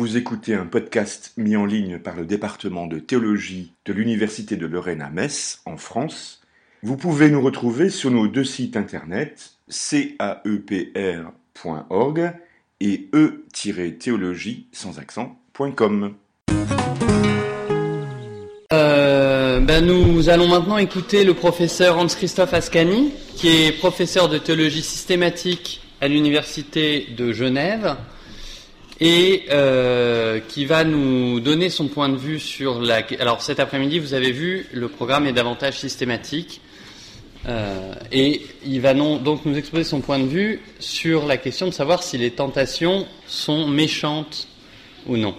Vous écoutez un podcast mis en ligne par le département de théologie de l'Université de Lorraine à Metz, en France. Vous pouvez nous retrouver sur nos deux sites internet caepr.org et e-théologie sans accent.com. Nous allons maintenant écouter le professeur Hans-Christoph Ascani, qui est professeur de théologie systématique à l'Université de Genève et qui va nous donner son point de vue sur la... Alors cet après-midi, vous avez vu, le programme est davantage systématique et il va donc nous exposer son point de vue sur la question de savoir si les tentations sont méchantes ou non.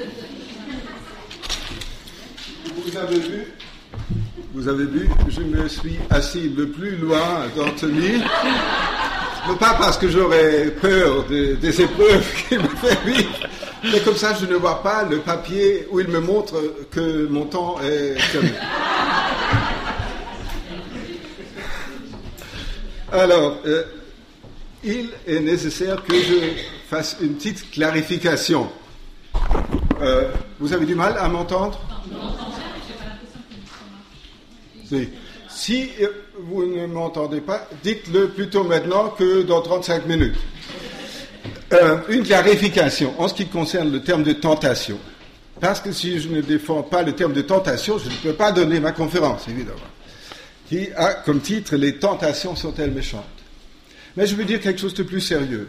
Vous avez vu, je me suis assis le plus loin d'Anthony, non pas parce que j'aurais peur des épreuves qu'il me fait vivre, mais comme ça je ne vois pas le papier où il me montre que mon temps est terminé. Alors, il est nécessaire que je fasse une petite clarification. Vous avez du mal à m'entendre ? Si vous ne m'entendez pas, dites-le plutôt maintenant que dans 35 minutes. Une clarification en ce qui concerne le terme de tentation. Parce que si je ne défends pas le terme de tentation, je ne peux pas donner ma conférence, évidemment. Qui a comme titre « Les tentations sont-elles méchantes ?» Mais je veux dire quelque chose de plus sérieux.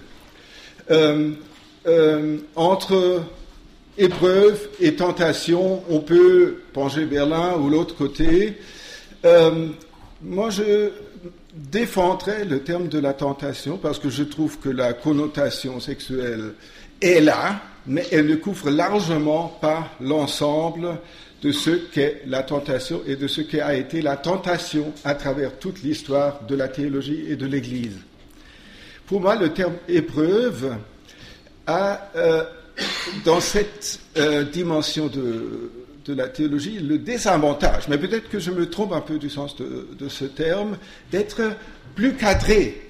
Entre épreuve et tentation, on peut pencher vers l'un ou l'autre côté. Moi, je défendrais le terme de la tentation parce que je trouve que la connotation sexuelle est là, mais elle ne couvre largement pas l'ensemble de ce qu'est la tentation et de ce qu'a été la tentation à travers toute l'histoire de la théologie et de l'Église. Pour moi, le terme épreuve a, dans cette dimension de la théologie, le désavantage, mais peut-être que je me trompe un peu du sens de ce terme, d'être plus cadré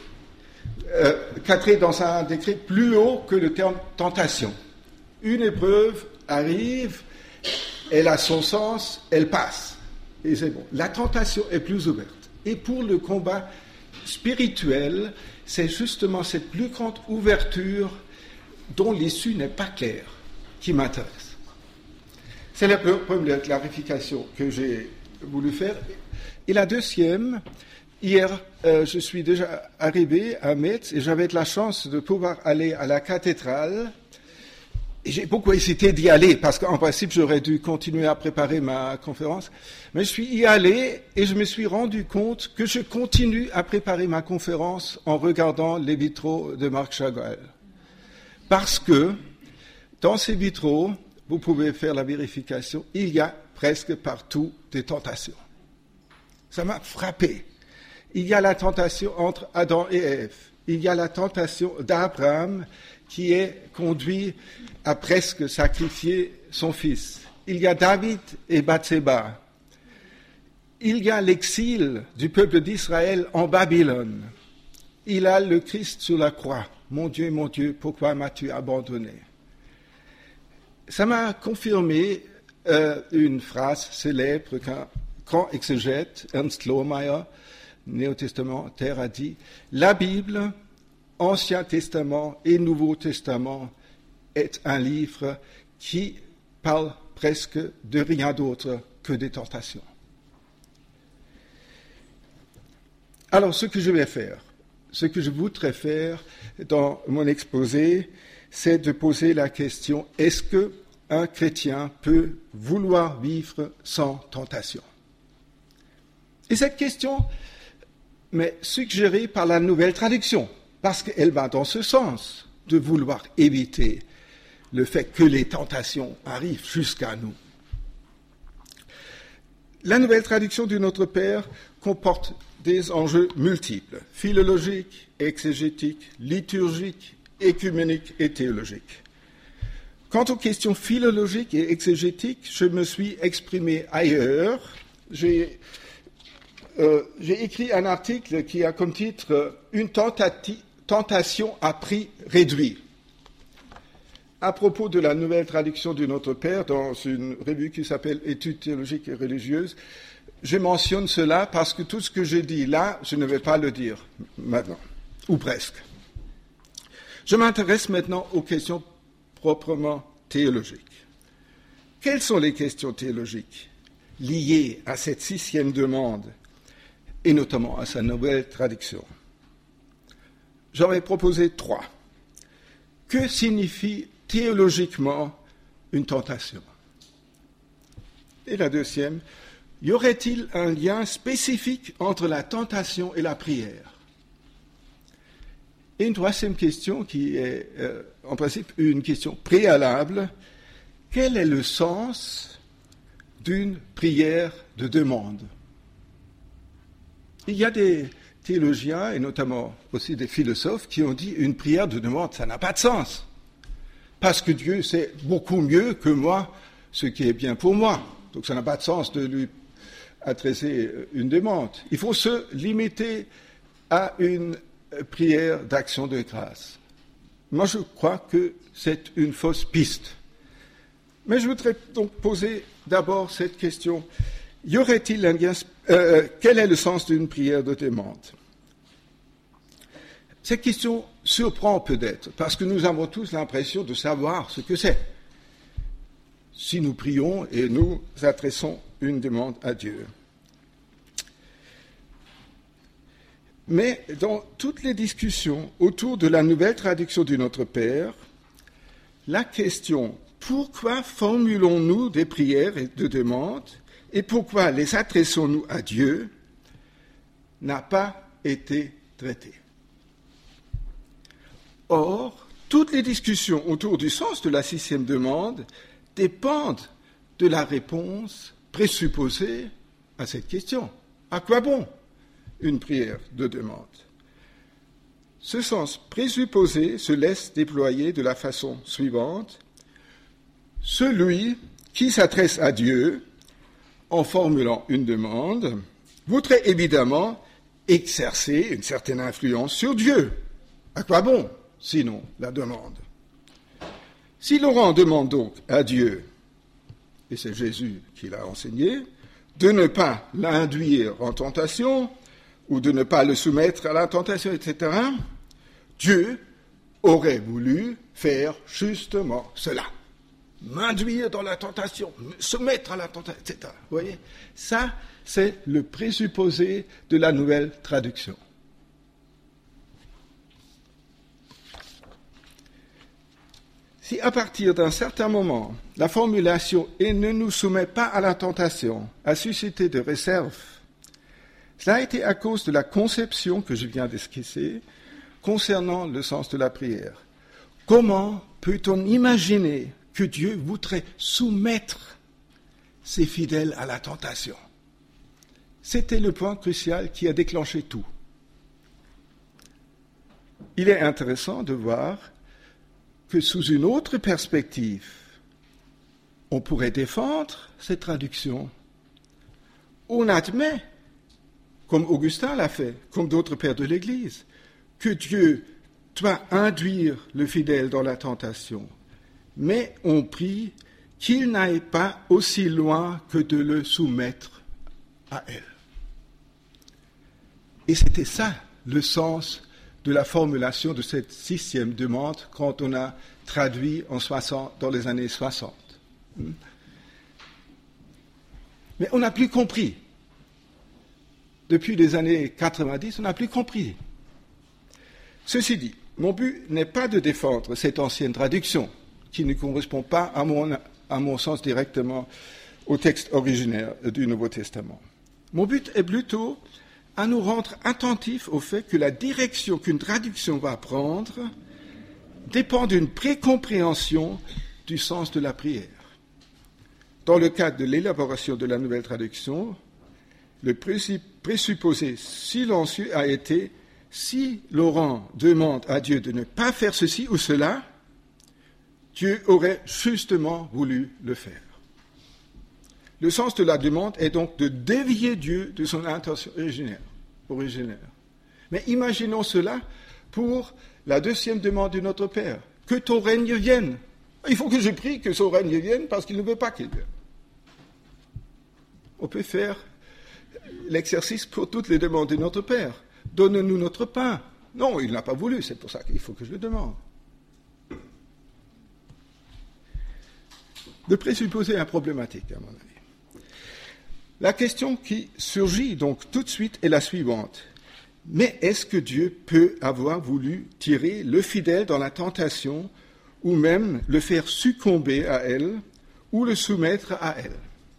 dans un décret plus haut que le terme tentation. Une épreuve arrive, elle a son sens, elle passe, et c'est bon. La tentation est plus ouverte. Et pour le combat spirituel, c'est justement cette plus grande ouverture dont l'issue n'est pas claire qui m'intéresse. C'est la première clarification que j'ai voulu faire. Et la deuxième, hier, je suis déjà arrivé à Metz et j'avais de la chance de pouvoir aller à la cathédrale. Et j'ai beaucoup hésité d'y aller parce qu'en principe, j'aurais dû continuer à préparer ma conférence. Mais je suis y allé et je me suis rendu compte que je continue à préparer ma conférence en regardant les vitraux de Marc Chagall. Parce que dans ces vitraux, vous pouvez faire la vérification, il y a presque partout des tentations. Ça m'a frappé. Il y a la tentation entre Adam et Ève. Il y a la tentation d'Abraham qui est conduit à presque sacrifier son fils. Il y a David et Bathséba. Il y a l'exil du peuple d'Israël en Babylone. Il y a le Christ sur la croix. Mon Dieu, pourquoi m'as-tu abandonné ? Ça m'a confirmé une phrase célèbre qu'un grand exégète, Ernst Lohmeyer, néo-testamentaire, a dit « La Bible, Ancien Testament et Nouveau Testament, est un livre qui parle presque de rien d'autre que des tentations. » Alors, ce que je vais faire, ce que je voudrais faire dans mon exposé, c'est de poser la question, est-ce qu'un chrétien peut vouloir vivre sans tentation ? Et cette question m'est suggérée par la Nouvelle Traduction, parce qu'elle va dans ce sens, de vouloir éviter le fait que les tentations arrivent jusqu'à nous. La Nouvelle Traduction du Notre Père comporte des enjeux multiples, philologiques, exégétiques, liturgiques, écuméniques et théologiques. Quant aux questions philologiques et exégétiques, je me suis exprimé ailleurs. J'ai écrit un article qui a comme titre « Une tentation à prix réduit ». à propos de la nouvelle traduction du Notre Père dans une revue qui s'appelle Études théologiques et religieuses, je mentionne cela parce que tout ce que je dis là, je ne vais pas le dire maintenant, ou presque. Je m'intéresse maintenant aux questions proprement théologiques. Quelles sont les questions théologiques liées à cette 6e demande, et notamment à sa nouvelle traduction? J'en ai proposé 3. Que signifie théologiquement une tentation? Et la deuxième, y aurait-il un lien spécifique entre la tentation et la prière? Et une troisième question qui est en principe une question préalable, quel est le sens d'une prière de demande? Il y a des théologiens, et notamment aussi des philosophes, qui ont dit une prière de demande, ça n'a pas de sens. Parce que Dieu sait beaucoup mieux que moi ce qui est bien pour moi. Donc ça n'a pas de sens de lui adresser une demande. Il faut se limiter à une prière d'action de grâce. Moi, je crois que c'est une fausse piste. Mais je voudrais donc poser d'abord cette question. Y aurait-il un lien, quel est le sens d'une prière de demande? Cette question surprend peut-être, parce que nous avons tous l'impression de savoir ce que c'est. Si nous prions et nous adressons une demande à Dieu. Mais dans toutes les discussions autour de la nouvelle traduction du Notre Père, la question « Pourquoi formulons-nous des prières et de demandes et pourquoi les adressons-nous à Dieu ?» n'a pas été traitée. Or, toutes les discussions autour du sens de la 6e demande dépendent de la réponse présupposée à cette question. À quoi bon une prière de demande? Ce sens présupposé se laisse déployer de la façon suivante. Celui qui s'adresse à Dieu en formulant une demande voudrait évidemment exercer une certaine influence sur Dieu. À quoi bon, sinon, la demande? Si Laurent demande donc à Dieu, et c'est Jésus qui l'a enseigné, de ne pas l'induire en tentation, ou de ne pas le soumettre à la tentation, etc., Dieu aurait voulu faire justement cela. M'induire dans la tentation, me soumettre à la tentation, etc. Vous voyez? Ça, c'est le présupposé de la nouvelle traduction. Si à partir d'un certain moment, la formulation « et ne nous soumet pas à la tentation » a suscité de réserves, cela a été à cause de la conception que je viens d'esquisser concernant le sens de la prière. Comment peut-on imaginer que Dieu voudrait soumettre ses fidèles à la tentation? C'était le point crucial qui a déclenché tout. Il est intéressant de voir que sous une autre perspective, on pourrait défendre cette traduction. On admet, comme Augustin l'a fait, comme d'autres pères de l'Église, que Dieu doit induire le fidèle dans la tentation, mais on prie qu'il n'aille pas aussi loin que de le soumettre à elle. Et c'était ça le sens de la formulation de cette 6e demande quand on a traduit dans les années 60. Mais on n'a plus compris. Depuis les années 90, on n'a plus compris. Ceci dit, mon but n'est pas de défendre cette ancienne traduction, qui ne correspond pas, à mon sens, directement au texte originaire du Nouveau Testament. Mon but est plutôt à nous rendre attentifs au fait que la direction qu'une traduction va prendre dépend d'une précompréhension du sens de la prière. Dans le cadre de l'élaboration de la nouvelle traduction, le présupposé silencieux a été « si Laurent demande à Dieu de ne pas faire ceci ou cela, Dieu aurait justement voulu le faire ». Le sens de la demande est donc de dévier Dieu de son intention originaire. Mais imaginons cela pour la 2e demande de notre Père. Que ton règne vienne. Il faut que je prie que son règne vienne parce qu'il ne veut pas qu'il vienne. On peut faire l'exercice pour toutes les demandes de notre Père. Donne-nous notre pain. Non, il n'a pas voulu, c'est pour ça qu'il faut que je le demande. De présupposer un problématique, à mon avis. La question qui surgit donc tout de suite est la suivante. Mais est-ce que Dieu peut avoir voulu tirer le fidèle dans la tentation ou même le faire succomber à elle ou le soumettre à elle?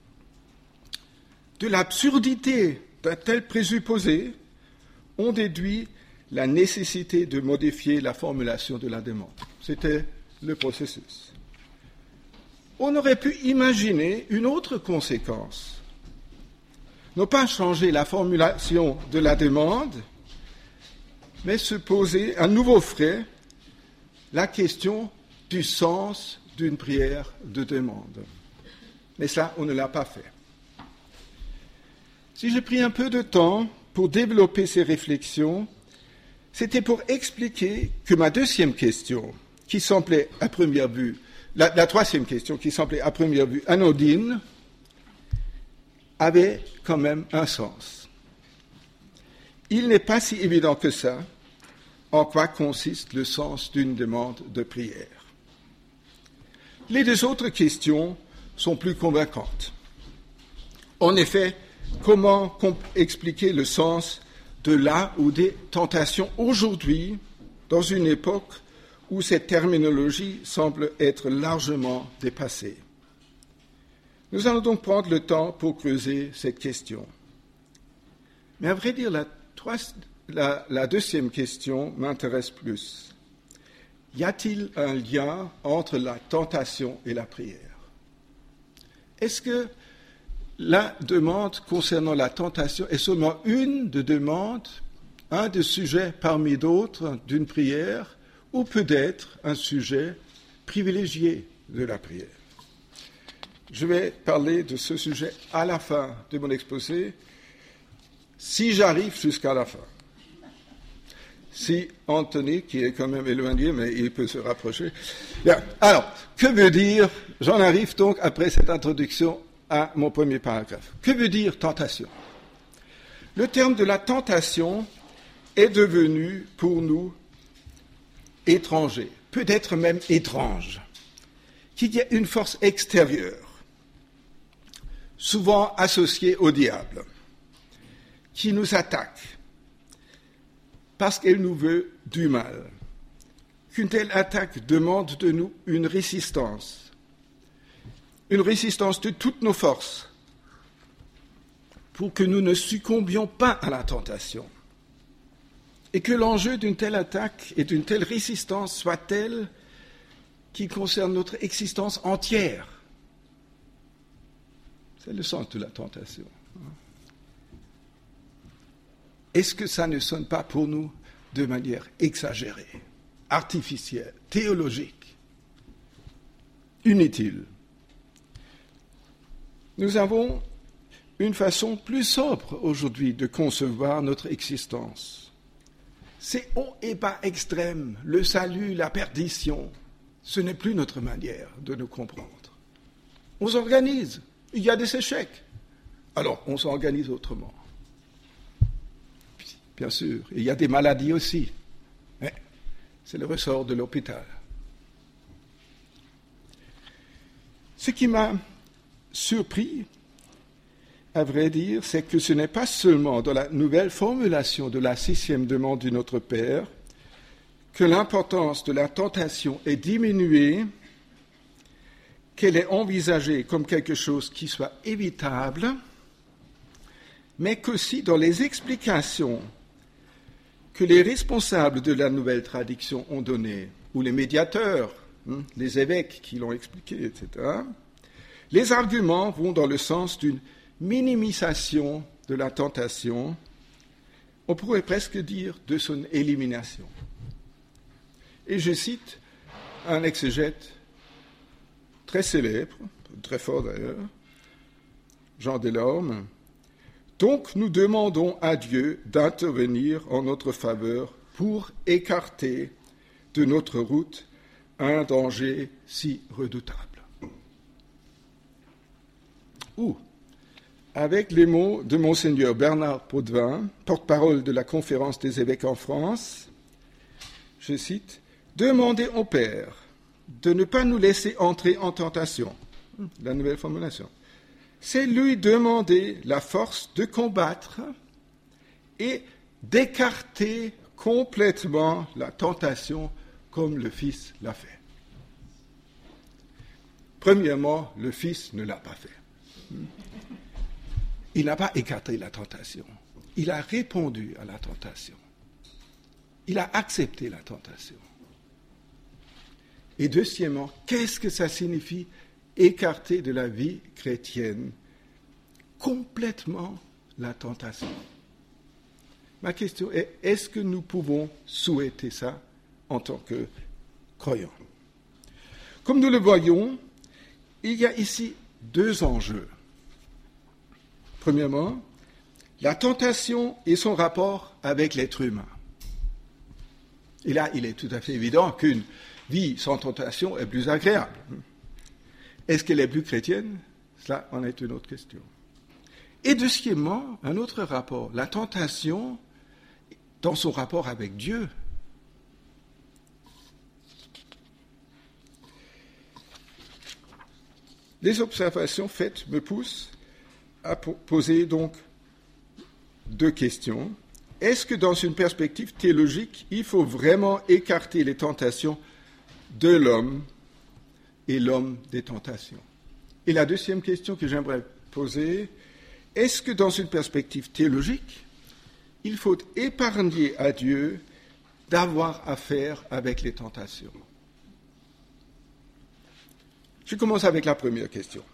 De l'absurdité d'un tel présupposé, on déduit la nécessité de modifier la formulation de la demande. C'était le processus. On aurait pu imaginer une autre conséquence. Ne pas changer la formulation de la demande, mais se poser à nouveau frais la question du sens d'une prière de demande. Mais ça, on ne l'a pas fait. Si j'ai pris un peu de temps pour développer ces réflexions, c'était pour expliquer que ma deuxième question, qui semblait à première vue, la troisième question, qui semblait à première vue anodine, avait quand même un sens. Il n'est pas si évident que ça en quoi consiste le sens d'une demande de prière. Les deux autres questions sont plus convaincantes. En effet, comment expliquer le sens de la ou des tentations aujourd'hui, dans une époque où cette terminologie semble être largement dépassée? Nous allons donc prendre le temps pour creuser cette question. Mais à vrai dire, la deuxième question m'intéresse plus. Y a-t-il un lien entre la tentation et la prière? Est-ce que la demande concernant la tentation est seulement une de demandes, un des sujets parmi d'autres d'une prière, ou peut-être un sujet privilégié de la prière? Je vais parler de ce sujet à la fin de mon exposé, si j'arrive jusqu'à la fin. Si Anthony, qui est quand même éloigné, mais il peut se rapprocher. Bien. Alors, que veut dire, j'en arrive donc après cette introduction à mon premier paragraphe. Que veut dire tentation? Le terme de la tentation est devenu pour nous étranger, peut-être même étrange, qu'il y a une force extérieure, souvent associée au diable, qui nous attaque parce qu'elle nous veut du mal. Qu'une telle attaque demande de nous une résistance de toutes nos forces, pour que nous ne succombions pas à la tentation, et que l'enjeu d'une telle attaque et d'une telle résistance soit tel qui concerne notre existence entière. C'est le sens de la tentation. Est-ce que ça ne sonne pas pour nous de manière exagérée, artificielle, théologique, inutile? Nous avons une façon plus sobre aujourd'hui de concevoir notre existence. C'est haut et bas extrême, le salut, la perdition. Ce n'est plus notre manière de nous comprendre. On s'organise, il y a des échecs. Alors, on s'organise autrement. Bien sûr, il y a des maladies aussi. Mais c'est le ressort de l'hôpital. Ce qui m'a surpris, à vrai dire, c'est que ce n'est pas seulement dans la nouvelle formulation de la 6e demande du Notre Père que l'importance de la tentation est diminuée, qu'elle est envisagée comme quelque chose qui soit évitable, mais qu'aussi dans les explications que les responsables de la nouvelle traduction ont données, ou les médiateurs, les évêques qui l'ont expliqué, etc., les arguments vont dans le sens d'une minimisation de la tentation, on pourrait presque dire de son élimination. Et je cite un exégète très célèbre, très fort d'ailleurs, Jean Delorme. Donc nous demandons à Dieu d'intervenir en notre faveur pour écarter de notre route un danger si redoutable. Ou, avec les mots de Monseigneur Bernard Potvin, porte-parole de la Conférence des évêques en France, je cite, « Demandez au Père de ne pas nous laisser entrer en tentation. » La nouvelle formulation. C'est lui demander la force de combattre et d'écarter complètement la tentation comme le Fils l'a fait. Premièrement, le Fils ne l'a pas fait. Il n'a pas écarté la tentation. Il a répondu à la tentation. Il a accepté la tentation. Et deuxièmement, qu'est-ce que ça signifie écarter de la vie chrétienne complètement la tentation? Ma question est, est-ce que nous pouvons souhaiter ça en tant que croyants? Comme nous le voyons, il y a ici deux enjeux. Premièrement, la tentation et son rapport avec l'être humain. Et là, il est tout à fait évident qu'une vie sans tentation est plus agréable. Est-ce qu'elle est plus chrétienne? Cela en est une autre question. Et deuxièmement, un autre rapport, la tentation dans son rapport avec Dieu. Les observations faites me poussent à poser donc deux questions. Est-ce que dans une perspective théologique, il faut vraiment écarter les tentations de l'homme et l'homme des tentations? Et la deuxième question que j'aimerais poser, est-ce que dans une perspective théologique, il faut épargner à Dieu d'avoir affaire avec les tentations? Je commence avec la première question.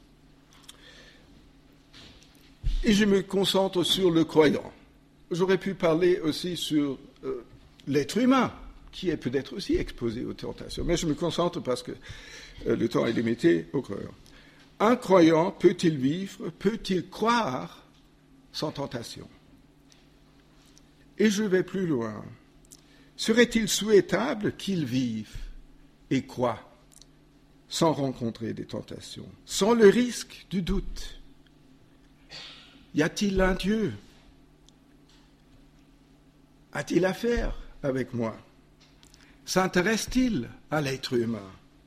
Et je me concentre sur le croyant. J'aurais pu parler aussi sur l'être humain, qui est peut-être aussi exposé aux tentations. Mais je me concentre parce que le temps est limité au croyant. Un croyant peut-il vivre, peut-il croire sans tentation? Et je vais plus loin. Serait-il souhaitable qu'il vive et croie sans rencontrer des tentations, sans le risque du doute? Y a-t-il un Dieu? A-t-il affaire avec moi? S'intéresse-t-il à l'être humain?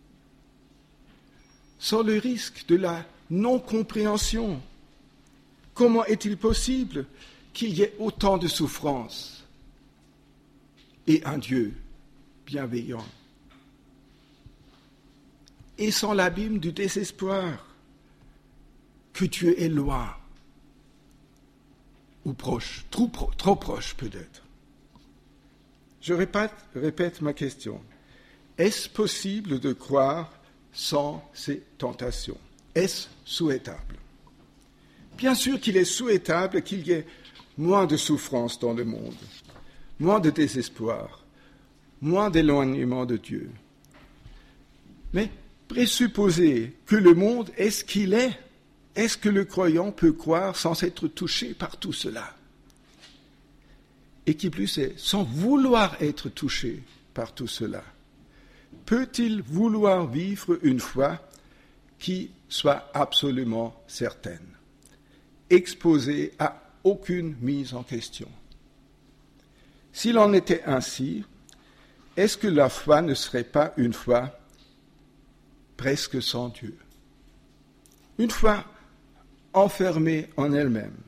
Sans le risque de la non-compréhension, comment est-il possible qu'il y ait autant de souffrances et un Dieu bienveillant? Et sans l'abîme du désespoir, que Dieu est loin ou proche, trop proche peut-être. Je répète ma question. Est-ce possible de croire sans ces tentations? Est-ce souhaitable? Bien sûr qu'il est souhaitable qu'il y ait moins de souffrance dans le monde, moins de désespoir, moins d'éloignement de Dieu. Mais présupposer que le monde est ce qu'il est, est-ce que le croyant peut croire sans être touché par tout cela? Et qui plus est, sans vouloir être touché par tout cela, peut-il vouloir vivre une foi qui soit absolument certaine, exposée à aucune mise en question? S'il en était ainsi, est-ce que la foi ne serait pas une foi presque sans Dieu? Une foi enfermée en elle-même,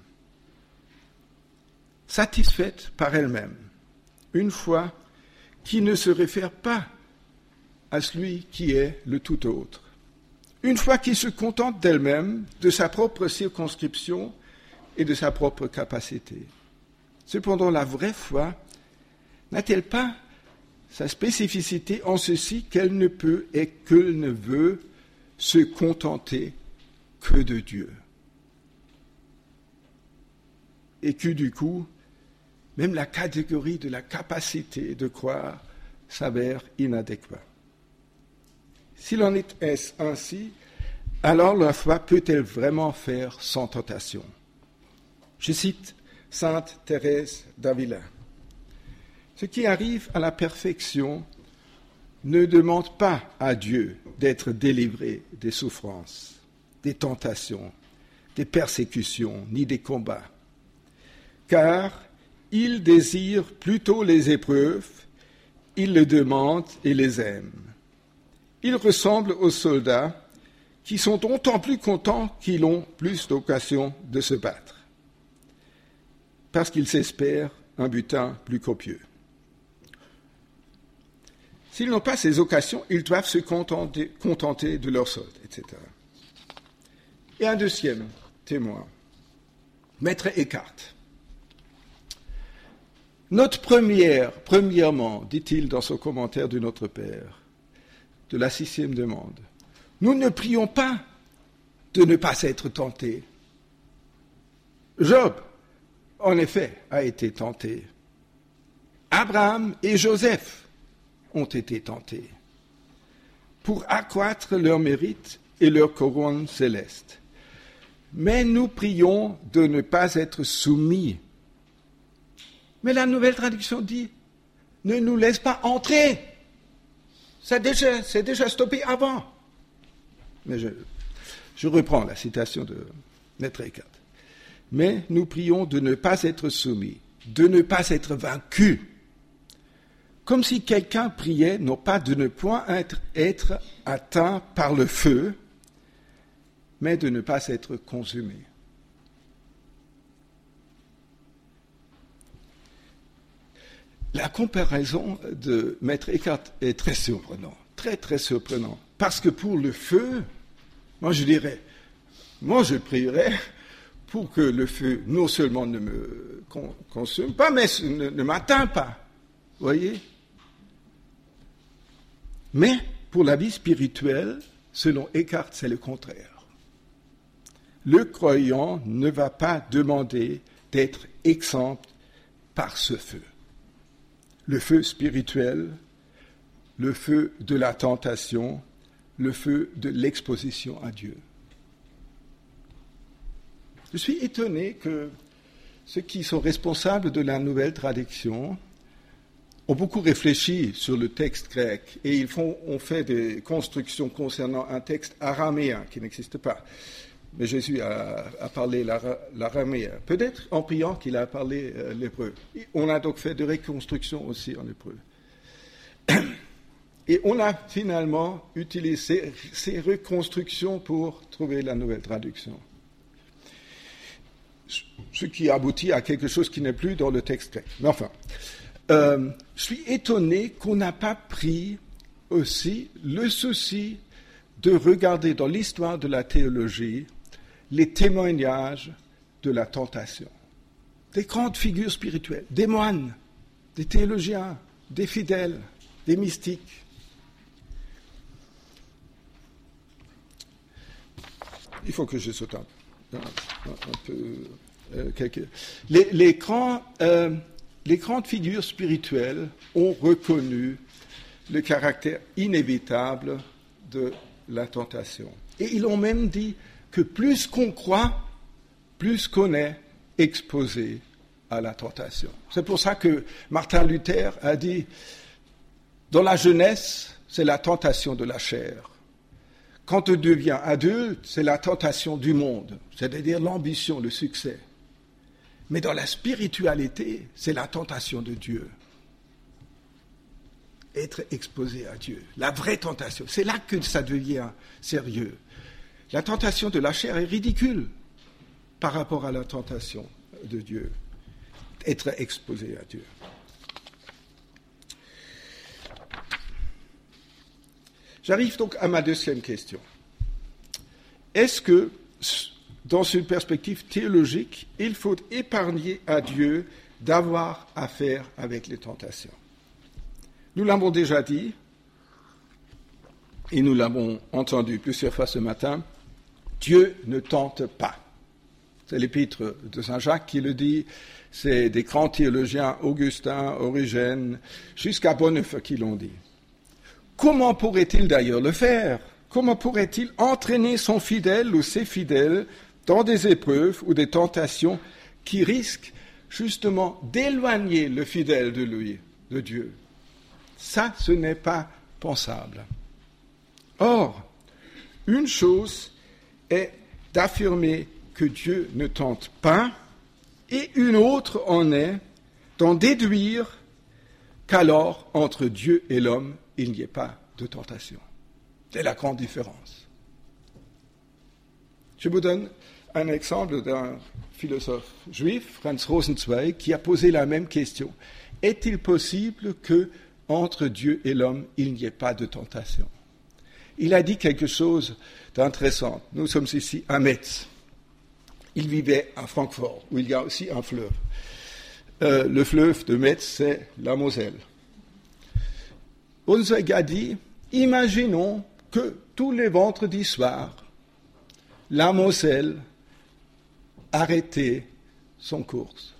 satisfaite par elle-même, une foi qui ne se réfère pas à celui qui est le tout autre, une foi qui se contente d'elle-même, de sa propre circonscription et de sa propre capacité. Cependant, la vraie foi n'a-t-elle pas sa spécificité en ceci qu'elle ne peut et qu'elle ne veut se contenter que de Dieu? Et que du coup, même la catégorie de la capacité de croire s'avère inadéquate. S'il en est ainsi, alors la foi peut-elle vraiment faire sans tentation? Je cite sainte Thérèse d'Avila. Ce qui arrive à la perfection ne demande pas à Dieu d'être délivré des souffrances, des tentations, des persécutions, ni des combats, car il désire plutôt les épreuves, il les demande et les aime. Il ressemble aux soldats qui sont d'autant plus contents qu'ils ont plus d'occasions de se battre, parce qu'ils espèrent un butin plus copieux. S'ils n'ont pas ces occasions, ils doivent se contenter de leur solde, etc. Et un deuxième témoin, Maître Eckhart. Note premièrement, dit-il dans son commentaire de Notre Père, de la 6e demande, nous ne prions pas de ne pas être tentés. Job, en effet, a été tenté. Abraham et Joseph ont été tentés pour accroître leur mérite et leur couronne céleste. Mais nous prions de ne pas être soumis. Mais la Nouvelle Traduction dit, ne nous laisse pas entrer. C'est déjà stoppé avant. Mais je reprends la citation de Maître Eckhart. Mais nous prions de ne pas être soumis, de ne pas être vaincus. Comme si quelqu'un priait, non pas de ne point être atteint par le feu, mais de ne pas être consumé. La comparaison de Maître Eckhart est très surprenante, très surprenante. Parce que pour le feu, moi je prierais pour que le feu non seulement ne me consume pas, mais ne m'atteint pas. Vous voyez ? Mais pour la vie spirituelle, selon Eckhart, c'est le contraire. Le croyant ne va pas demander d'être exempt par ce feu. Le feu spirituel, le feu de la tentation, le feu de l'exposition à Dieu. Je suis étonné que ceux qui sont responsables de la Nouvelle Traduction ont beaucoup réfléchi sur le texte grec et ont fait des constructions concernant un texte araméen qui n'existe pas. Mais Jésus a parlé l'araméen. Peut-être en priant qu'il a parlé l'hébreu. On a donc fait des reconstructions aussi en hébreu. Et on a finalement utilisé ces reconstructions pour trouver la Nouvelle Traduction. Ce qui aboutit à quelque chose qui n'est plus dans le texte grec. Mais enfin, je suis étonné qu'on n'a pas pris aussi le souci de regarder dans l'histoire de la théologie les témoignages de la tentation. Des grandes figures spirituelles, des moines, des théologiens, des fidèles, des mystiques. Il faut que je saute un peu. Les grandes figures spirituelles ont reconnu le caractère inévitable de la tentation. Et ils ont même dit que plus qu'on croit, plus qu'on est exposé à la tentation. C'est pour ça que Martin Luther a dit, dans la jeunesse, c'est la tentation de la chair. Quand on devient adulte, c'est la tentation du monde, c'est-à-dire l'ambition, le succès. Mais dans la spiritualité, c'est la tentation de Dieu. Être exposé à Dieu, la vraie tentation. C'est là que ça devient sérieux. La tentation de la chair est ridicule par rapport à la tentation de Dieu. Être exposé à Dieu. J'arrive donc à ma deuxième question. Est-ce que, dans une perspective théologique, il faut épargner à Dieu d'avoir à faire avec les tentations ? Nous l'avons déjà dit, et nous l'avons entendu plusieurs fois ce matin, Dieu ne tente pas. C'est l'épître de Saint Jacques qui le dit, c'est des grands théologiens, Augustin, Origène, jusqu'à Bonhoeffer qui l'ont dit. Comment pourrait-il d'ailleurs le faire ? Comment pourrait-il entraîner son fidèle ou ses fidèles dans des épreuves ou des tentations qui risquent justement d'éloigner le fidèle de lui, de Dieu ? Ça, ce n'est pas pensable. Or, une chose est d'affirmer que Dieu ne tente pas, et une autre en est d'en déduire qu'alors, entre Dieu et l'homme, il n'y ait pas de tentation. C'est la grande différence. Je vous donne un exemple d'un philosophe juif, Franz Rosenzweig, qui a posé la même question. Est-il possible que entre Dieu et l'homme, il n'y ait pas de tentation? Il a dit quelque chose d'intéressant. Nous sommes ici à Metz. Il vivait à Francfort, où il y a aussi un fleuve. Le fleuve de Metz, c'est la Moselle. Rosenzweig a dit, imaginons que tous les vendredis soirs, la Moselle arrêtait son course.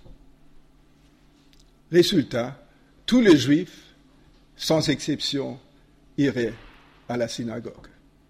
Résultat, tous les Juifs, sans exception, iraient à la synagogue.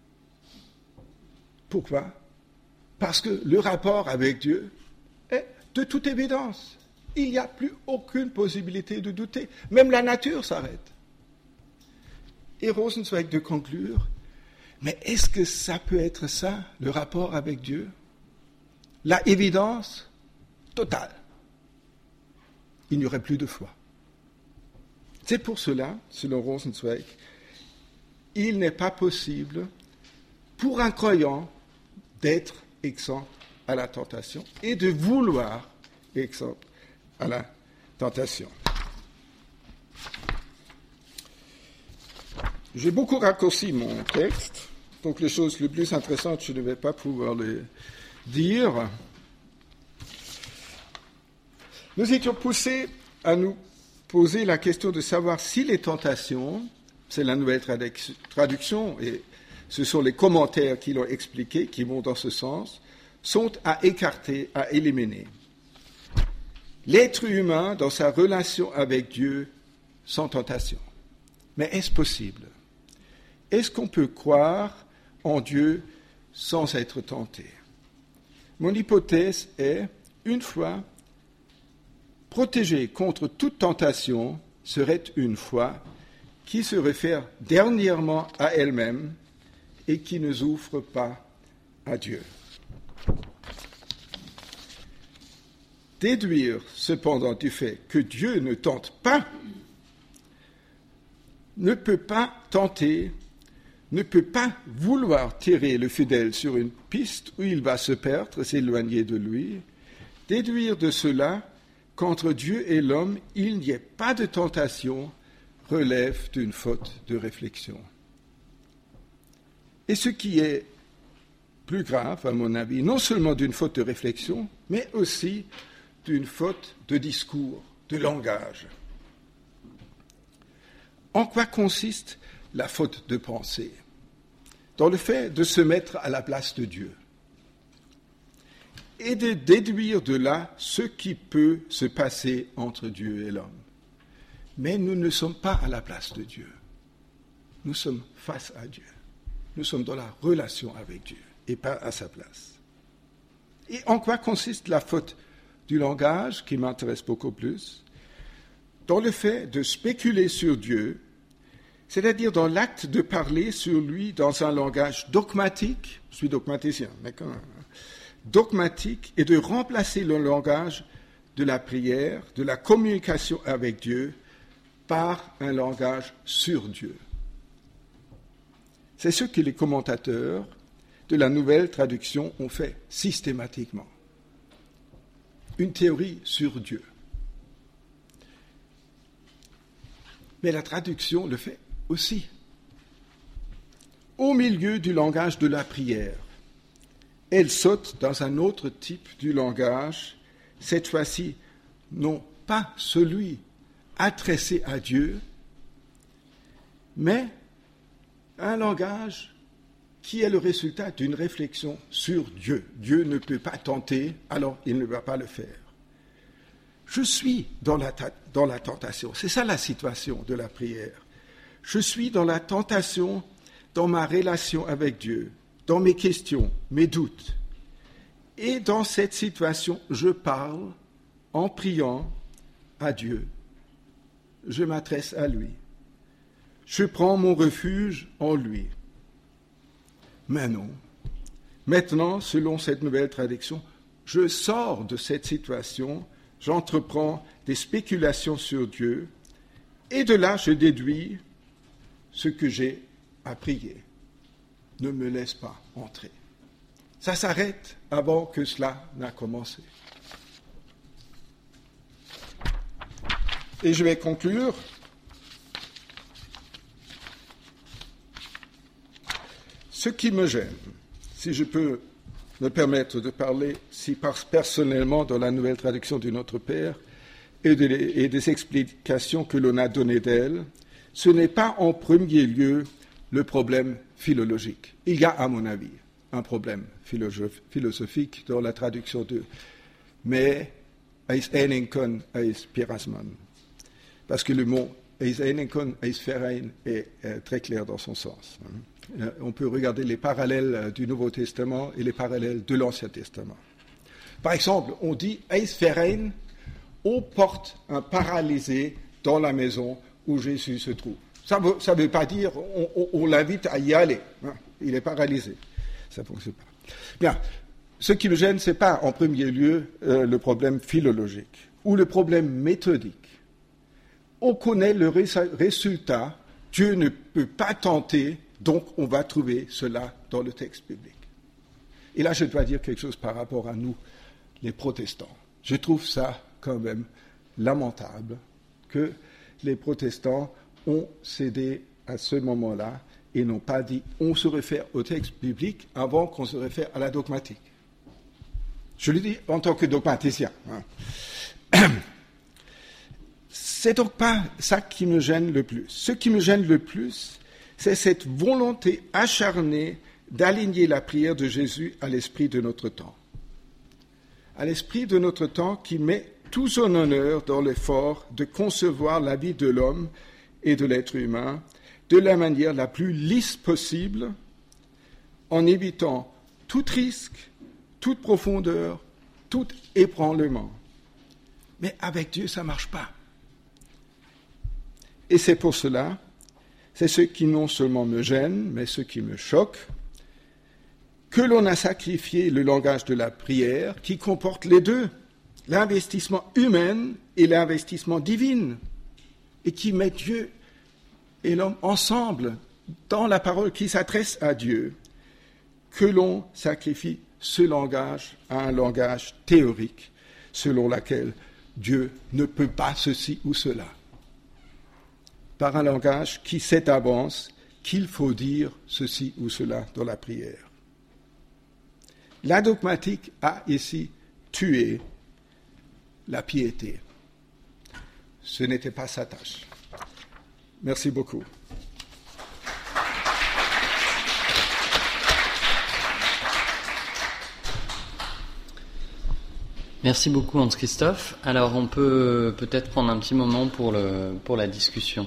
Pourquoi? Parce que le rapport avec Dieu est de toute évidence. Il n'y a plus aucune possibilité de douter. Même la nature s'arrête. Et Rosenzweig de conclure, mais est-ce que ça peut être ça, le rapport avec Dieu? La évidence totale. Il n'y aurait plus de foi. C'est pour cela, selon Rosenzweig, il n'est pas possible pour un croyant d'être exempt à la tentation et de vouloir être exempt à la tentation. J'ai beaucoup raccourci mon texte, donc les choses les plus intéressantes, je ne vais pas pouvoir les dire. Nous étions poussés à nous poser la question de savoir si les tentations, c'est la nouvelle traduction, et ce sont les commentaires qui l'ont expliqué, qui vont dans ce sens, sont à écarter, à éliminer. L'être humain, dans sa relation avec Dieu, sans tentation. Mais est-ce possible? Est-ce qu'on peut croire en Dieu sans être tenté? Mon hypothèse est, une foi protégée contre toute tentation serait une foi qui se réfère dernièrement à elle-même et qui ne souffre pas à Dieu. Déduire cependant du fait que Dieu ne tente pas, ne peut pas tenter, ne peut pas vouloir tirer le fidèle sur une piste où il va se perdre, s'éloigner de lui, déduire de cela qu'entre Dieu et l'homme, il n'y ait pas de tentation, relève d'une faute de réflexion. Et ce qui est plus grave, à mon avis, non seulement d'une faute de réflexion, mais aussi d'une faute de discours, de langage. En quoi consiste la faute de pensée? Dans le fait de se mettre à la place de Dieu et de déduire de là ce qui peut se passer entre Dieu et l'homme. Mais nous ne sommes pas à la place de Dieu. Nous sommes face à Dieu. Nous sommes dans la relation avec Dieu et pas à sa place. Et en quoi consiste la faute du langage, qui m'intéresse beaucoup plus? Dans le fait de spéculer sur Dieu, c'est-à-dire dans l'acte de parler sur lui dans un langage dogmatique, je suis dogmaticien, mais quand même, dogmatique, et de remplacer le langage de la prière, de la communication avec Dieu, par un langage sur Dieu. C'est ce que les commentateurs de la nouvelle traduction ont fait systématiquement. Une théorie sur Dieu. Mais la traduction le fait aussi. Au milieu du langage de la prière, elle saute dans un autre type du langage, cette fois-ci, non pas celui adressé à Dieu, mais un langage qui est le résultat d'une réflexion sur Dieu. Dieu ne peut pas tenter, alors il ne va pas le faire. Je suis dans la tentation. C'est ça la situation de la prière. Je suis dans la tentation dans ma relation avec Dieu, dans mes questions, mes doutes. Et dans cette situation, je parle en priant à Dieu. Je m'adresse à lui. je prends mon refuge en lui. Mais non. Maintenant, selon cette nouvelle traduction, je sors de cette situation, j'entreprends des spéculations sur Dieu, et de là, je déduis ce que j'ai à prier. Ne me laisse pas entrer. Ça s'arrête avant que cela n'a commencé. Et je vais conclure. Ce qui me gêne, si je peux me permettre de parler si personnellement dans la nouvelle traduction du Notre Père et des explications que l'on a données d'elle, ce n'est pas en premier lieu le problème philologique. Il y a, à mon avis, un problème philosophique dans la traduction de « mais eis enenkon eis pirasman ». Parce que le mot « eis enenkon eis ferein » est très clair dans son sens. On peut regarder les parallèles du Nouveau Testament et les parallèles de l'Ancien Testament. Par exemple, on dit « eis ferein », on porte un paralysé dans la maison où Jésus se trouve. Ça ne veut pas dire on l'invite à y aller. Hein, il est paralysé. Ça ne fonctionne pas. Bien. Ce qui me gêne, ce n'est pas en premier lieu le problème philologique ou le problème méthodique. On connaît le résultat. Dieu ne peut pas tenter, donc on va trouver cela dans le texte biblique. Et là, je dois dire quelque chose par rapport à nous, les protestants. Je trouve ça quand même lamentable que les protestants ont cédé à ce moment-là et n'ont pas dit on se réfère au texte biblique avant qu'on se réfère à la dogmatique. Je le dis en tant que dogmaticien. Hein. C'est donc pas ça qui me gêne le plus. Ce qui me gêne le plus, c'est cette volonté acharnée d'aligner la prière de Jésus à l'esprit de notre temps. À l'esprit de notre temps qui met tout son honneur dans l'effort de concevoir la vie de l'homme et de l'être humain de la manière la plus lisse possible, en évitant tout risque, toute profondeur, tout ébranlement. Mais avec Dieu, ça ne marche pas. Et c'est pour cela, c'est ce qui non seulement me gêne, mais ce qui me choque, que l'on a sacrifié le langage de la prière qui comporte les deux, l'investissement humain et l'investissement divin, et qui met Dieu et l'homme ensemble dans la parole qui s'adresse à Dieu, que l'on sacrifie ce langage à un langage théorique, selon lequel Dieu ne peut pas ceci ou cela, par un langage qui sait d'avance qu'il faut dire ceci ou cela dans la prière. La dogmatique a ici tué la piété. Ce n'était pas sa tâche. Merci beaucoup. Merci beaucoup Hans-Christophe. Alors on peut peut-être prendre un petit moment pour la discussion.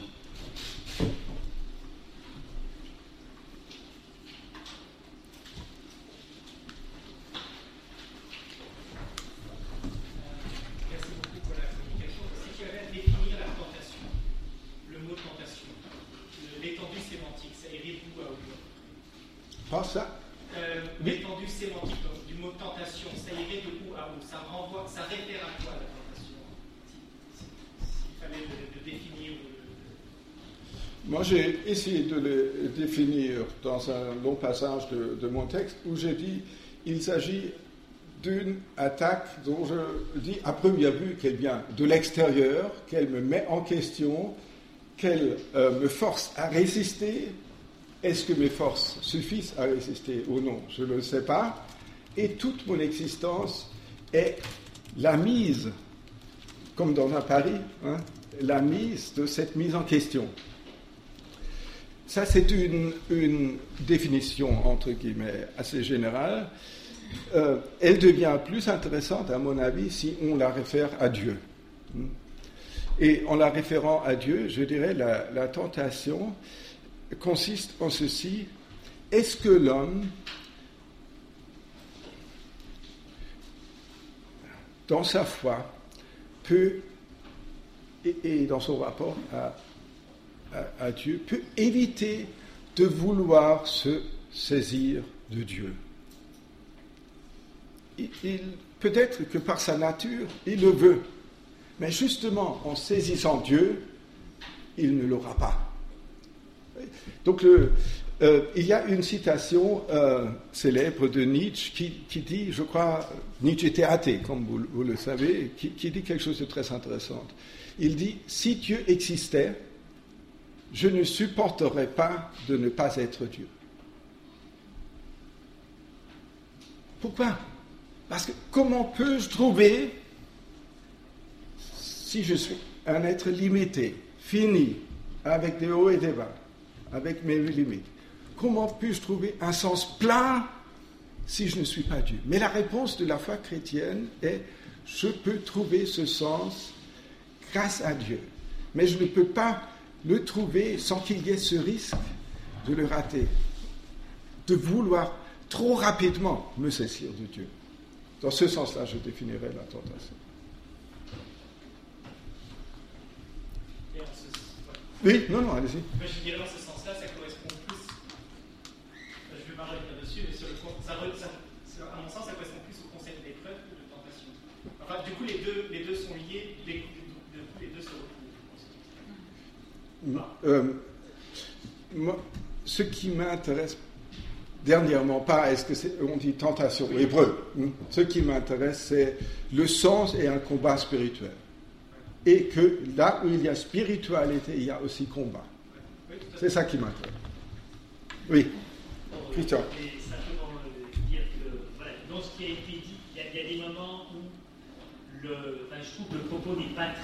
Pas ça. L'étendue sémantique du mot tentation, ça irait de où à où? Ça réfère à quoi la tentation? S'il fallait le définir. Moi, j'ai essayé de le définir dans un long passage de mon texte où j'ai dit il s'agit d'une attaque dont je dis à première vue qu'elle vient de l'extérieur, qu'elle me met en question, qu'elle me force à résister. Est-ce que mes forces suffisent à résister ou non? Je ne le sais pas. Et toute mon existence est la mise, comme dans un pari, la mise de cette mise en question. Ça, c'est une définition, entre guillemets, assez générale. Elle devient plus intéressante, à mon avis, si on la réfère à Dieu. Et en la référant à Dieu, je dirais la tentation consiste en ceci: est-ce que l'homme, dans sa foi, peut, et dans son rapport à Dieu peut éviter de vouloir se saisir de Dieu. Peut-être que par sa nature, il le veut, mais justement, en saisissant Dieu, il ne l'aura pas. Donc, il y a une citation célèbre de Nietzsche qui dit, je crois, Nietzsche était athée, comme vous le savez, qui dit quelque chose de très intéressant. Il dit, si Dieu existait, je ne supporterais pas de ne pas être Dieu. Pourquoi ? Parce que comment peux-je trouver, si je suis un être limité, fini, avec des hauts et des bas, avec mes limites, comment puis-je trouver un sens plein si je ne suis pas Dieu ? Mais la réponse de la foi chrétienne est, je peux trouver ce sens grâce à Dieu. Mais je ne peux pas le trouver sans qu'il y ait ce risque de le rater, de vouloir trop rapidement me saisir de Dieu. Dans ce sens-là, je définirais la tentation. Oui, non, allez-y. Je dirais dans ce sens-là, ça correspond plus. Je vais pas revenir dessus, mais sur le à mon sens, ça correspond plus au concept d'épreuve que de tentation. Enfin, du coup, les deux sont liés, du coup, les deux se retrouvent. Moi, ce qui m'intéresse dernièrement, pas est-ce que on dit tentation ou épreuve. Ce qui m'intéresse, c'est le sens et un combat spirituel. Et que là où il y a spiritualité, il y a aussi combat. C'est ça qui m'intéresse. Oui, Christian. Et simplement dire que, voilà, dans ce qui a été dit, il y a des moments où je trouve que le propos n'est pas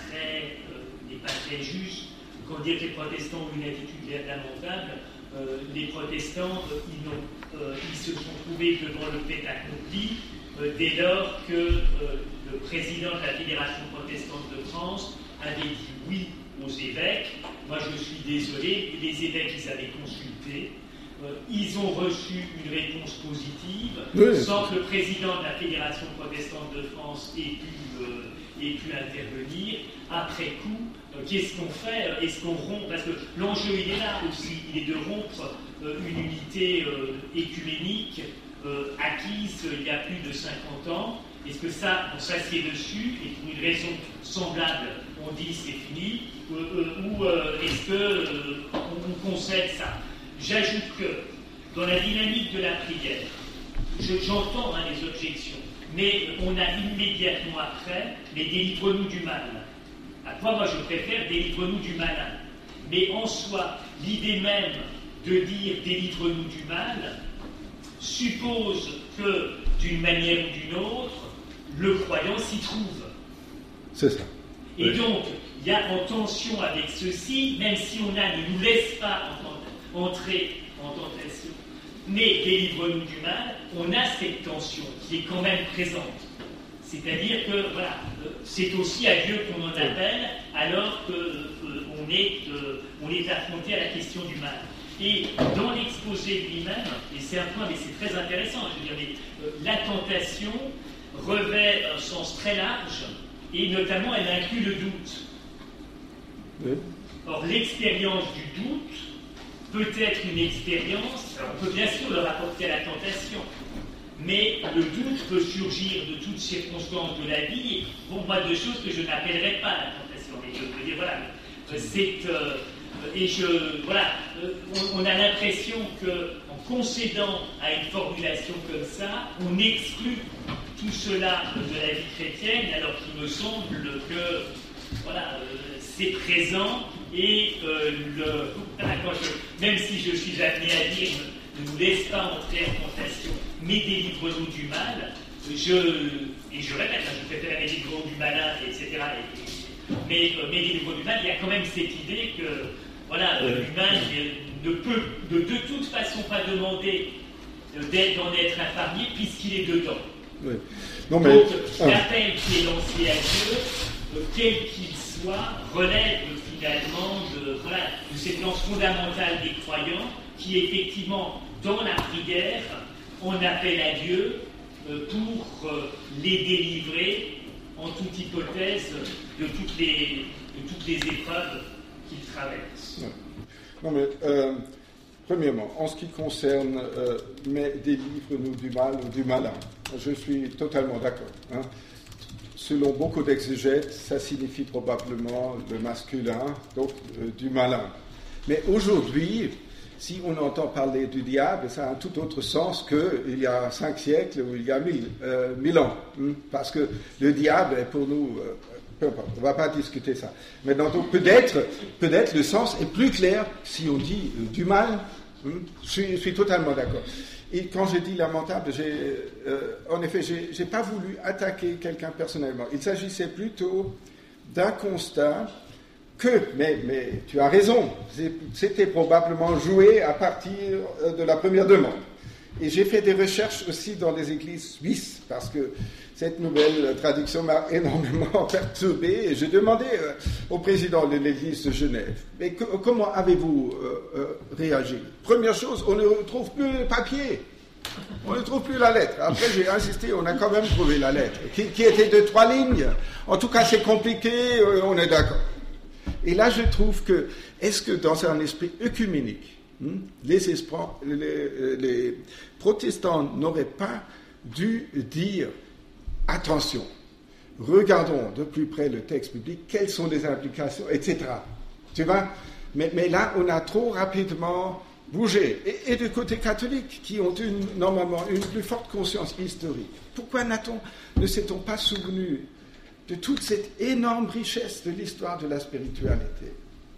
très juste. Quand on dit que les protestants ont une attitude lamentable, les protestants, ils se sont trouvés devant le fait accompli dès lors que le président de la Fédération protestante de France avait dit oui aux évêques. Moi, je suis désolé, les évêques, ils avaient consulté. Ils ont reçu une réponse positive, sans que le président de la Fédération protestante de France ait pu intervenir. Après coup, qu'est-ce qu'on fait ? Est-ce qu'on rompt ? Parce que l'enjeu, il est là aussi. Il est de rompre une unité écuménique acquise il y a plus de 50 ans. Est-ce que ça, on s'assied dessus et pour une raison semblable, on dit c'est fini, ou est-ce qu'on concède ça ? J'ajoute que dans la dynamique de la prière, j'entends les objections, mais on a immédiatement après, mais délivre-nous du mal. Moi, je préfère délivre-nous du malin. Mais en soi, l'idée même de dire délivre-nous du mal suppose que, d'une manière ou d'une autre, le croyant s'y trouve. C'est ça. Et donc, il y a en tension avec ceci, même si on ne nous laisse pas entrer en tentation, mais délivre-nous du mal, on a cette tension qui est quand même présente. C'est-à-dire que, voilà, c'est aussi à Dieu qu'on en appelle, alors qu'on est affronté à la question du mal. Et dans l'exposé lui-même, et c'est un point, mais c'est très intéressant, je veux dire, la tentation revêt un sens très large, et notamment elle inclut le doute. Oui. Or, l'expérience du doute peut être une expérience, alors on peut bien sûr le rapporter à la tentation, mais le doute peut surgir de toutes circonstances de la vie, et pour moi, deux choses que je n'appellerais pas la tentation, mais je veux dire, voilà, on a l'impression qu'en concédant à une formulation comme ça, on exclut tout cela de la vie chrétienne, alors qu'il me semble que c'est présent et même si je suis amené à dire ne nous laisse pas entrer en tentation, mais délivre-nous du mal, je répète, je préfère délivre-nous du malin, etc. Mais délivre-nous du mal, il y a quand même cette idée que l'humain ne peut de toute façon pas demander d'en être infirmier puisqu'il est dedans. Oui. Donc l'appel qui est lancé à Dieu, quel qu'il soit, relève finalement de cette lance fondamentale des croyants qui effectivement, dans la prière, on appelle à Dieu pour les délivrer en toute hypothèse de toutes les épreuves qu'il traverse. Non, mais premièrement, en ce qui concerne des livres du mal ou du malin, je suis totalement d'accord. Hein. Selon beaucoup d'exégètes, ça signifie probablement le masculin, donc du malin. Mais aujourd'hui, si on entend parler du diable, ça a un tout autre sens qu'il y a 5 siècles ou il y a 1000 ans. Parce que le diable est pour nous... peu importe, on ne va pas discuter ça. Maintenant, donc, peut-être le sens est plus clair si on dit du mal. Je suis totalement d'accord. Et quand j'ai dit lamentable, en effet, je n'ai pas voulu attaquer quelqu'un personnellement. Il s'agissait plutôt d'un constat que, mais tu as raison, c'était probablement joué à partir de la première demande. Et j'ai fait des recherches aussi dans les églises suisses, parce que cette nouvelle traduction m'a énormément perturbé. Et j'ai demandé au président de l'église de Genève, mais comment avez-vous réagi? Première chose, on ne retrouve plus le papier. On ne trouve plus la lettre. Après, j'ai insisté, on a quand même trouvé la lettre, qui était de 3 lignes. En tout cas, c'est compliqué, on est d'accord. Et là, je trouve que, est-ce que dans un esprit œcuménique, les protestants n'auraient pas dû dire attention, regardons de plus près le texte biblique, quelles sont les implications, etc. Tu vois? Mais là, on a trop rapidement bougé. Et du côté catholique, qui ont normalement une plus forte conscience historique, pourquoi ne s'est-on pas souvenu de toute cette énorme richesse de l'histoire de la spiritualité?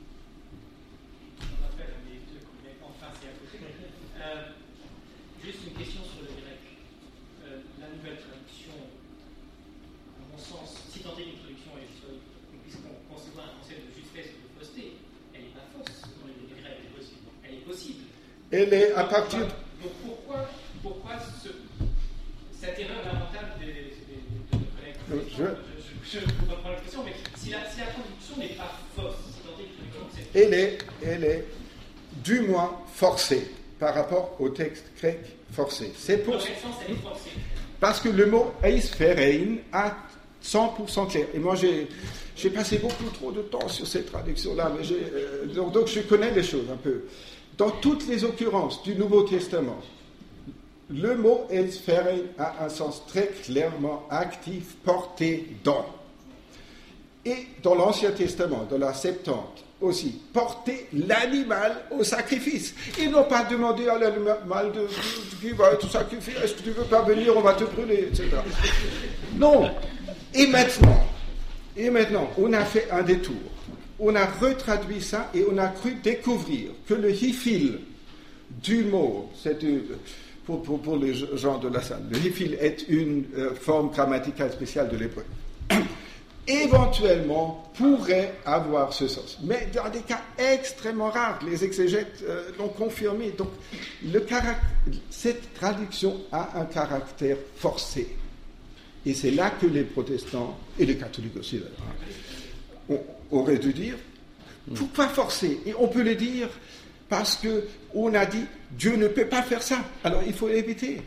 Juste une question sur le grec. La nouvelle traduction, à mon sens, si tant est qu'une traduction est historique, qu'on puisse concevoir un concept de justesse ou de fausseté, elle n'est pas fausse dans le grec, elle est possible. Elle est à partir... Donc pourquoi cette erreur lamentable de collègues? Je comprends l'expression, mais si la traduction n'est pas fausse, si tant est qu'une traduction, elle est du moins forcée par rapport au texte grec forcé. C'est pour... Dans quel sens elle est forcée? Parce que le mot eisferein a 100% clair. Et moi, j'ai passé beaucoup trop de temps sur cette traduction-là, mais donc je connais les choses un peu. Dans toutes les occurrences du Nouveau Testament, le mot eisferein a un sens très clairement actif, porté dans. Et dans l'Ancien Testament, dans la Septante, aussi, porter l'animal au sacrifice. Ils n'ont pas demandé à l'animal qui va être sacrifié, est-ce que tu veux pas venir, on va te brûler, etc. Non. Et maintenant, on a fait un détour. On a retraduit ça et on a cru découvrir que le hifil du mot, c'est pour les gens de la salle, le hifil est une forme grammaticale spéciale de l'hébreu. Éventuellement pourrait avoir ce sens. Mais dans des cas extrêmement rares, les exégètes l'ont confirmé. Donc, cette traduction a un caractère forcé. Et c'est là que les protestants, et les catholiques aussi d'ailleurs, auraient dû dire, pourquoi forcer? Et on peut le dire parce qu'on a dit, Dieu ne peut pas faire ça, alors il faut l'éviter.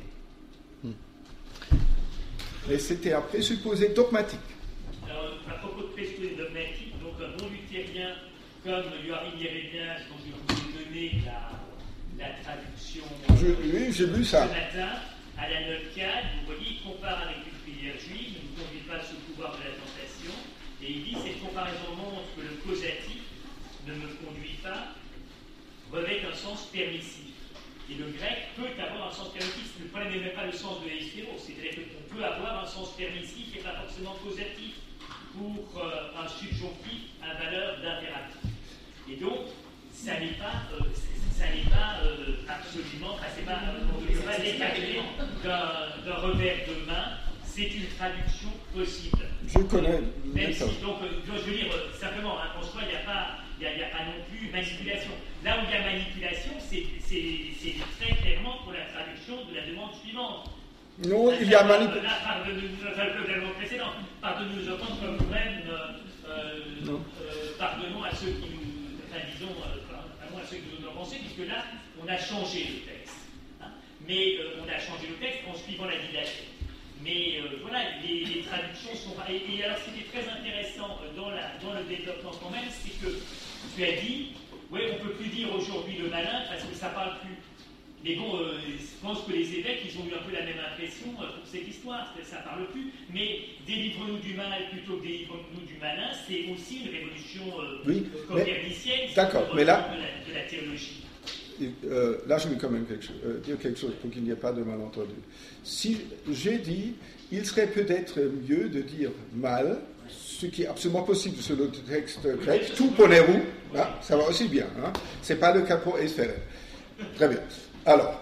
Et c'était un présupposé dogmatique. À propos de présupposé dogmatique, donc un bon luthérien comme Joachim Yerémia, dont je vous ai donné la traduction oui, j'ai lu ça. Ce matin, à la note 4, vous voyez, il compare avec une prière juive, ne vous conduit pas sous le pouvoir de la tentation, et il dit cette comparaison montre que le causatif ne me conduit pas, revêt un sens permissif. Et le grec peut avoir un sens permissif. Le problème n'est même pas le sens de l'hétéro, c'est-à-dire qu'on peut avoir un sens permissif et pas forcément causatif pour un subjonctif à valeur d'impératif. Et donc, ça n'est pas absolument, c'est pas décalé d'un revers de main, c'est une traduction possible. Je connais. Même si, donc, je veux dire, simplement, en soi, il n'y a pas non plus manipulation. Là où il y a manipulation, c'est très clairement pour la traduction de la demande suivante. Non, il y a manipulation. Le demande précédent. Pardonnez-nous autant comme vous-même, pardonnons à ceux qui nous, pardonnons à ceux qui nous ont pensé, puisque là, on a changé le texte. Hein. Mais on a changé le texte en suivant la didactique. Mais voilà, les traductions sont... Et alors, ce qui est très intéressant dans le développement quand même, c'est que tu as dit, oui, on ne peut plus dire aujourd'hui le malin parce que ça ne parle plus. Mais bon, je pense que les évêques, ils ont eu un peu la même impression pour cette histoire, ça ne parle plus. Mais délivre-nous du mal plutôt que délivre-nous du malin, c'est aussi une révolution copernicienne mais là, de la théologie. Là, je vais quand même dire quelque chose pour qu'il n'y ait pas de malentendu. Si j'ai dit, il serait peut-être mieux de dire mal, ce qui est absolument possible sur le texte grec, tout ponerou, hein, ça va aussi bien. Hein, c'est pas le cas pour Esphère. Très bien. Alors,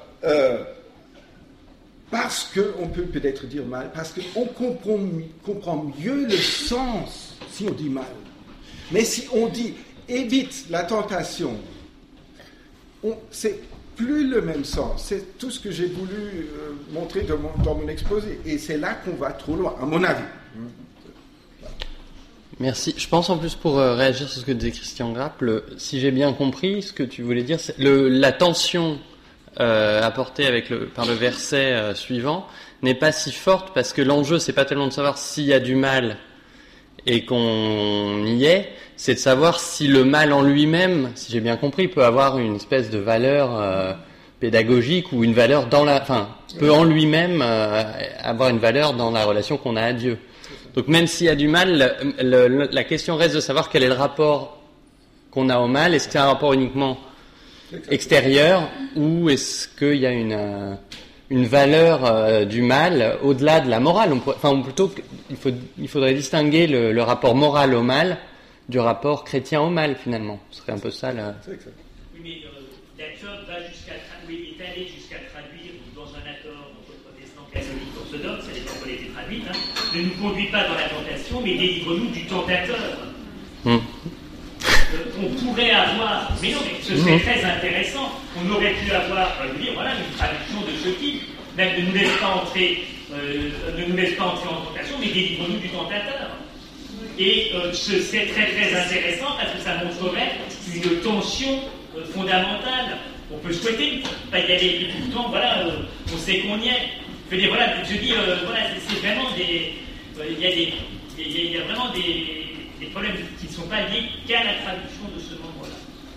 parce qu'on peut peut-être dire mal, parce qu'on comprend mieux le sens si on dit mal. Mais si on dit évite la tentation, c'est plus le même sens. C'est tout ce que j'ai voulu montrer dans mon exposé. Et c'est là qu'on va trop loin, à mon avis. Merci. Je pense en plus pour réagir sur ce que disait Christian Grapp, si j'ai bien compris, ce que tu voulais dire, c'est la tension apportée par le verset suivant n'est pas si forte parce que l'enjeu, c'est pas tellement de savoir s'il y a du mal et qu'on y est, c'est de savoir si le mal en lui-même, si j'ai bien compris, peut avoir une espèce de valeur pédagogique ou une valeur peut en lui-même avoir une valeur dans la relation qu'on a à Dieu. Donc même s'il y a du mal, la question reste de savoir quel est le rapport qu'on a au mal. Est-ce que c'est un rapport uniquement extérieur ou est-ce qu'il y a une valeur du mal au-delà de la morale? Il faudrait distinguer le rapport moral au mal du rapport chrétien au mal, finalement. Ce serait un peu ça. Oui, mais Jacob est allé jusqu'à traduire dans un accord entre protestants, catholiques, orthodoxes, ça dépend comment elle a été traduite, hein, ne nous conduis pas dans la tentation, mais délivre-nous du tentateur. On pourrait avoir, mais non, mais ce serait très intéressant, on aurait pu avoir, une traduction de ce type, même ne nous laisse pas entrer en tentation, mais délivre-nous du tentateur. Et c'est très très intéressant parce que ça montrerait une tension fondamentale. On peut souhaiter pas y aller, et pourtant, on sait qu'on y est. C'est vraiment il y a vraiment des problèmes qui ne sont pas liés qu'à la traduction de ce moment-là.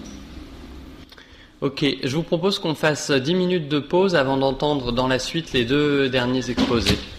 Ok, je vous propose qu'on fasse 10 minutes de pause avant d'entendre dans la suite les deux derniers exposés.